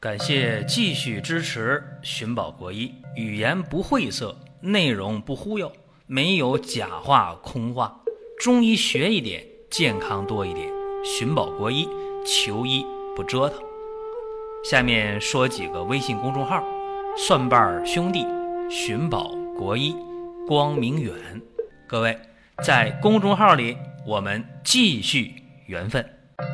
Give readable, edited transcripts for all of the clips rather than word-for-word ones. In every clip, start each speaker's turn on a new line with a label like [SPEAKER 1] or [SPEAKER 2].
[SPEAKER 1] 感谢继续支持寻宝国医，语言不晦涩，内容不忽悠，没有假话空话，中医学一点，健康多一点。寻宝国医，求医不折腾。下面说几个微信公众号：蒜瓣兄弟、寻宝国医、光明远。各位在公众号里，我们继续缘分。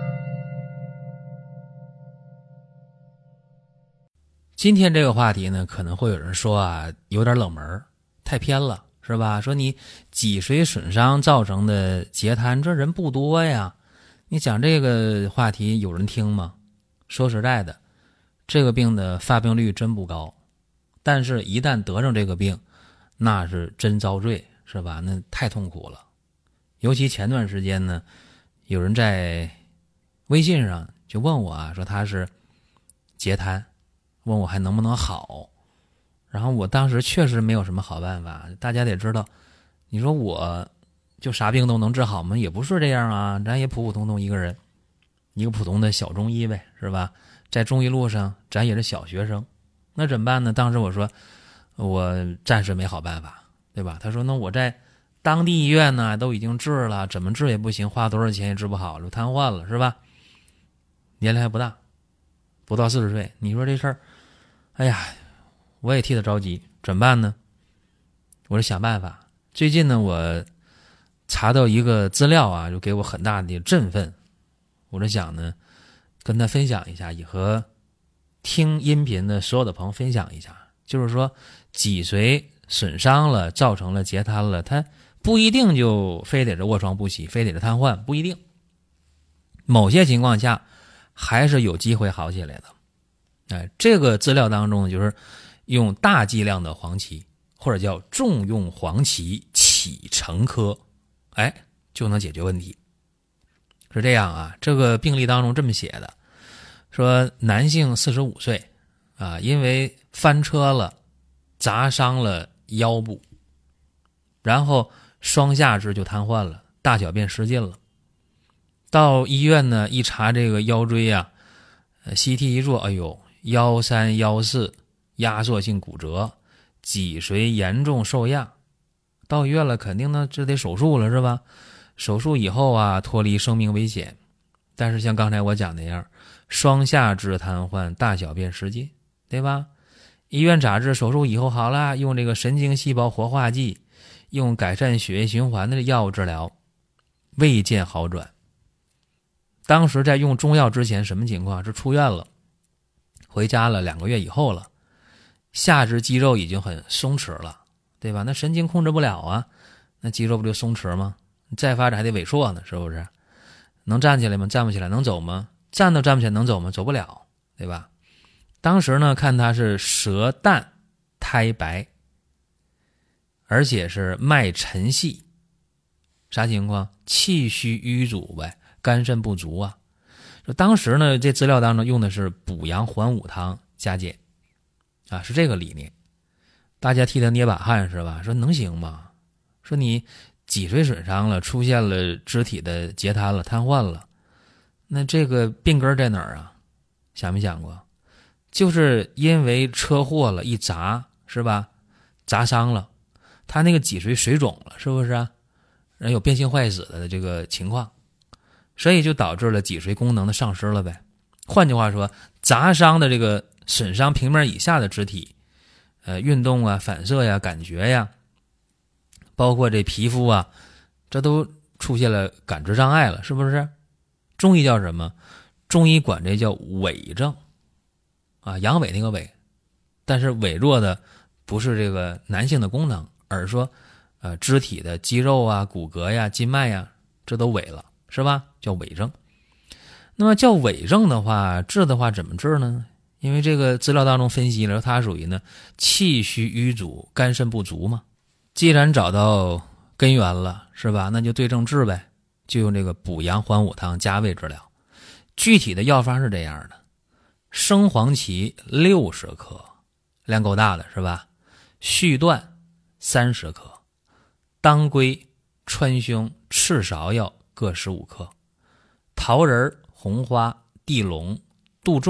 [SPEAKER 1] 今天这个话题呢，可能会有人说啊，有点冷门，太偏了，是吧？说你脊髓损伤造成的截瘫，这人不多呀。你讲这个话题有人听吗？说实在的，这个病的发病率真不高，但是一旦得上这个病，那是真遭罪，是吧？那太痛苦了。尤其前段时间呢，有人在微信上就问我啊，说他是截瘫，问我还能不能好。然后我当时确实没有什么好办法。大家得知道，你说我就啥病都能治好吗？也不是这样啊，咱也普普通通一个人，一个普通的小中医呗，是吧？在中医路上咱也是小学生，那怎么办呢？当时我说我暂时没好办法，对吧？他说那我在当地医院呢都已经治了，怎么治也不行，花多少钱也治不好了，瘫痪了，是吧？年龄还不大，不到40岁，你说这事儿，哎呀，我也替他着急，怎么办呢？我就想办法。最近呢，我查到一个资料啊，就给我很大的振奋。我就想呢，跟他分享一下，也和听音频的所有的朋友分享一下。就是说，脊髓损伤了，造成了截瘫了，它不一定就非得是卧床不起，非得是瘫痪，不一定。某些情况下，还是有机会好起来的。这个资料当中就是用大剂量的黄芪，或者叫重用黄芪起承科，就能解决问题。是这样啊，这个病例当中这么写的，说男性45岁啊，因为翻车了，砸伤了腰部，然后双下肢就瘫痪了，大小便失禁了。到医院呢，一查这个腰椎啊，CT 一做，哎呦，腰3、腰4压缩性骨折，脊髓严重受压。到医院了，肯定呢这得手术了，是吧？手术以后啊，脱离生命危险。但是像刚才我讲那样，双下肢瘫痪，大小便失禁，对吧？医院咋治？手术以后好了，用这个神经细胞活化剂，用改善血液循环的药物治疗，未见好转。当时在用中药之前什么情况？是出院了，回家了2个月以后了，下肢肌肉已经很松弛了，对吧？那神经控制不了啊，那肌肉不就松弛吗？再发展还得萎缩呢，是不是？能站起来吗？站不起来。能走吗？站都站不起来，能走吗？走不了，对吧？当时呢，看他是舌淡苔白，而且是脉沉细，啥情况？气虚瘀阻呗，肝肾不足啊。说当时呢，这资料当中用的是补阳还五汤加减啊，是这个理念。大家替他捏把汗是吧？说能行吗？说你脊髓损伤了，出现了肢体的截瘫了，瘫痪了，那这个病根在哪儿啊？想没想过？就是因为车祸了，一砸，是吧？砸伤了，他那个脊髓水肿了，是不是啊？人有变性坏死的这个情况，所以就导致了脊髓功能的丧失了呗。换句话说，砸伤的这个损伤平面以下的肢体，运动啊、反射呀、感觉呀，包括这皮肤啊，这都出现了感知障碍了，是不是？中医叫什么？中医管这叫痿症啊，阳痿那个痿，但是痿弱的不是这个男性的功能，而是说肢体的肌肉啊、骨骼呀、筋脉呀，这都痿了，是吧？叫痿症。那么叫痿症的话，治的话怎么治呢？因为这个资料当中分析了，它属于呢气虚瘀阻、肝肾不足嘛。既然找到根源了，是吧？那就对症治呗，就用这个补阳还五汤加味治疗。具体的药方是这样的：生黄芪60克，量够大的是吧？续断30克，当归、川芎、赤芍药各15克，桃仁、红花、地龙、杜仲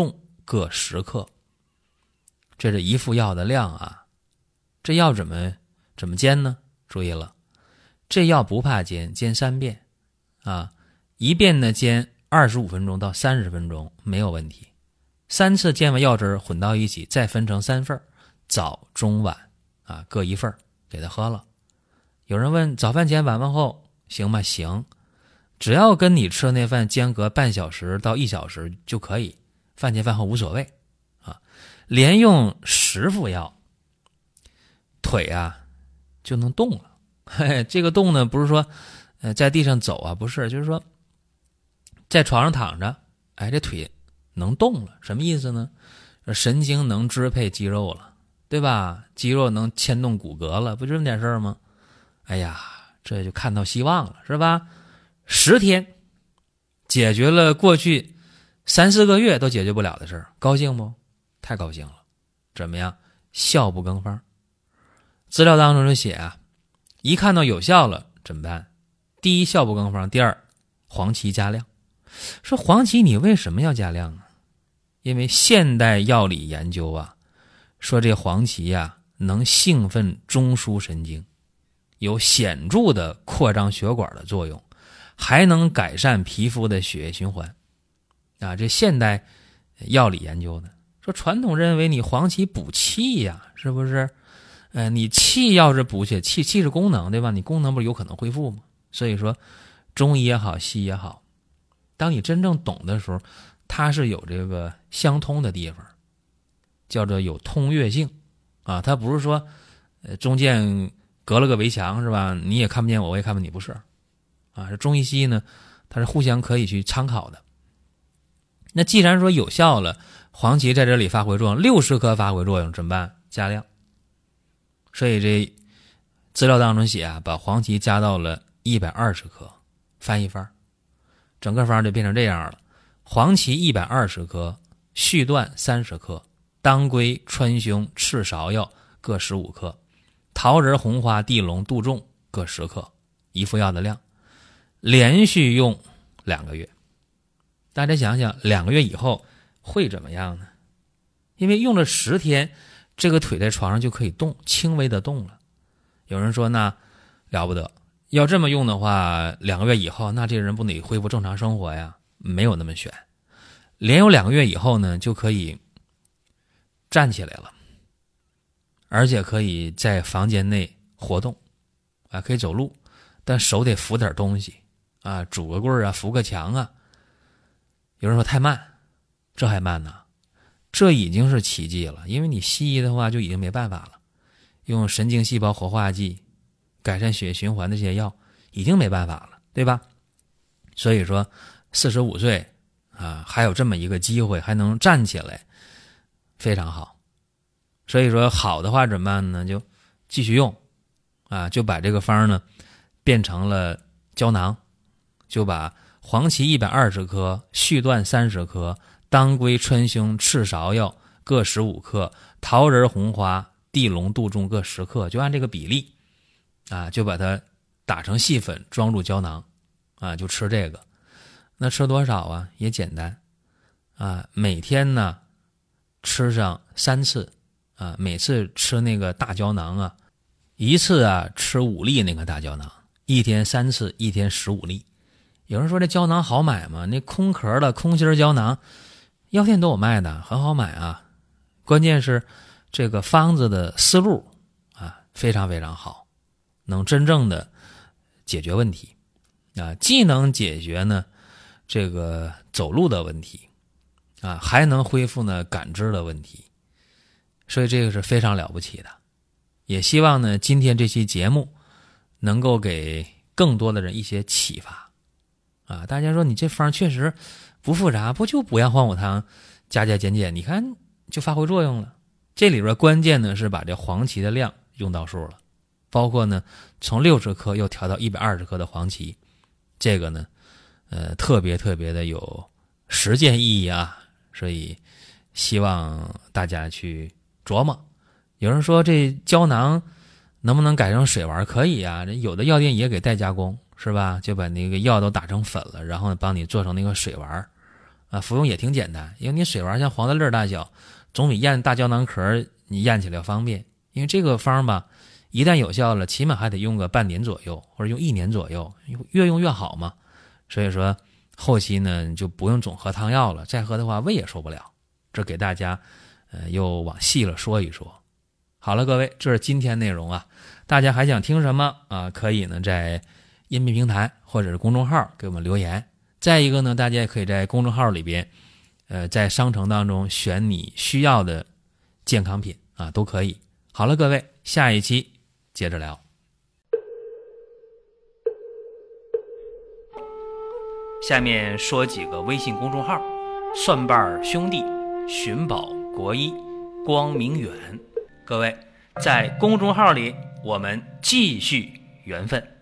[SPEAKER 1] 各10克。这是一副药的量啊。这药怎么煎呢？注意了，这药不怕煎，煎3遍啊，一遍呢煎25分钟到30分钟没有问题。3次煎完药汁混到一起，再分成3份，早中晚啊各1份给他喝了。有人问早饭前晚饭后行吗？行，只要跟你吃的那饭间隔半小时到1小时就可以，饭前饭后无所谓啊。连用10副药，腿啊就能动了。这个动呢不是说在地上走啊，不是，就是说在床上躺着，这腿能动了。什么意思呢？神经能支配肌肉了，对吧？肌肉能牵动骨骼了，不就这么点事儿吗？哎呀，这就看到希望了，是吧？10天解决了过去3、4个月都解决不了的事儿，高兴不？太高兴了。怎么样？效不更方。资料当中就写啊，一看到有效了怎么办？第一，效不更方；第二，黄芪加量。说黄芪你为什么要加量啊？因为现代药理研究啊，说这黄芪啊能兴奋中枢神经，有显著的扩张血管的作用，还能改善皮肤的血液循环啊。这现代药理研究的。说传统认为你黄芪补气呀，是不是？你气要是补血，气是功能，对吧？你功能不是有可能恢复吗？所以说中医也好，西医也好，当你真正懂的时候，它是有这个相通的地方，叫做有通跃性啊。它不是说中间隔了个围墙，是吧？你也看不见我，我也看不见你，不是啊。这中医西医呢，它是互相可以去参考的。那既然说有效了，黄芪在这里发挥作用，60克发挥作用怎么办？加量。所以这资料当中写啊，把黄芪加到了120克，翻一番，整个方就变成这样了。黄芪120克，续断30克，当归、川芎、赤芍药各15克，桃仁、红花、地龙、杜仲各10克，一副药的量，连续用2个月。大家想想2个月以后会怎么样呢？因为用了10天，这个腿在床上就可以动，轻微的动了。有人说那了不得，要这么用的话，2个月以后那这人不得恢复正常生活呀？没有那么选，连有2个月以后呢，就可以站起来了，而且可以在房间内活动啊，可以走路，但手得扶点东西啊，拄个棍啊，扶个墙啊。有人说太慢，这还慢呢？这已经是奇迹了，因为你西医的话就已经没办法了，用神经细胞活化剂改善血液循环的这些药已经没办法了，对吧？所以说45岁啊，还有这么一个机会，还能站起来，非常好。所以说好的话怎么办呢？就继续用啊，就把这个方呢变成了胶囊，就把黄芪120克，续断30克，当归、川芎、赤芍药各15克，桃仁、红花、地龙、杜仲各10克，就按这个比例啊，就把它打成细粉，装入胶囊啊，就吃这个。那吃多少啊？也简单啊，每天呢吃上3次啊，每次吃那个大胶囊啊，一次啊吃5粒那个大胶囊，一天3次，一天15粒。有人说这胶囊好买吗？那空壳的空心胶囊药店都有卖的，很好买啊。关键是这个方子的思路啊，非常非常好，能真正的解决问题啊，既能解决呢这个走路的问题啊，还能恢复呢感知的问题，所以这个是非常了不起的。也希望呢今天这期节目能够给更多的人一些启发啊。大家说你这方确实不复杂，不就补阳黄虎汤加加减减，你看就发挥作用了。这里边关键呢是把这黄芪的量用到数了，包括呢从60克又调到120克的黄芪，这个呢特别特别的有实践意义啊，所以希望大家去琢磨。有人说这胶囊能不能改成水丸？可以啊，有的药店也给代加工，是吧？就把那个药都打成粉了，然后呢帮你做成那个水丸服用也挺简单，因为你水丸像黄豆粒大小，总比咽大胶囊壳你咽起来方便。因为这个方吧，一旦有效了，起码还得用个半年左右，或者用1年左右，越用越好嘛。所以说后期呢就不用总喝汤药了，再喝的话胃也受不了。这给大家又往细了说一说。好了，各位，这是今天内容啊。大家还想听什么啊？可以呢在音频平台或者是公众号给我们留言。再一个呢，大家也可以在公众号里边在商城当中选你需要的健康品啊，都可以。好了，各位，下一期接着聊。下面说几个微信公众号：蒜瓣兄弟、寻宝国医、光明远。各位在公众号里我们继续缘分。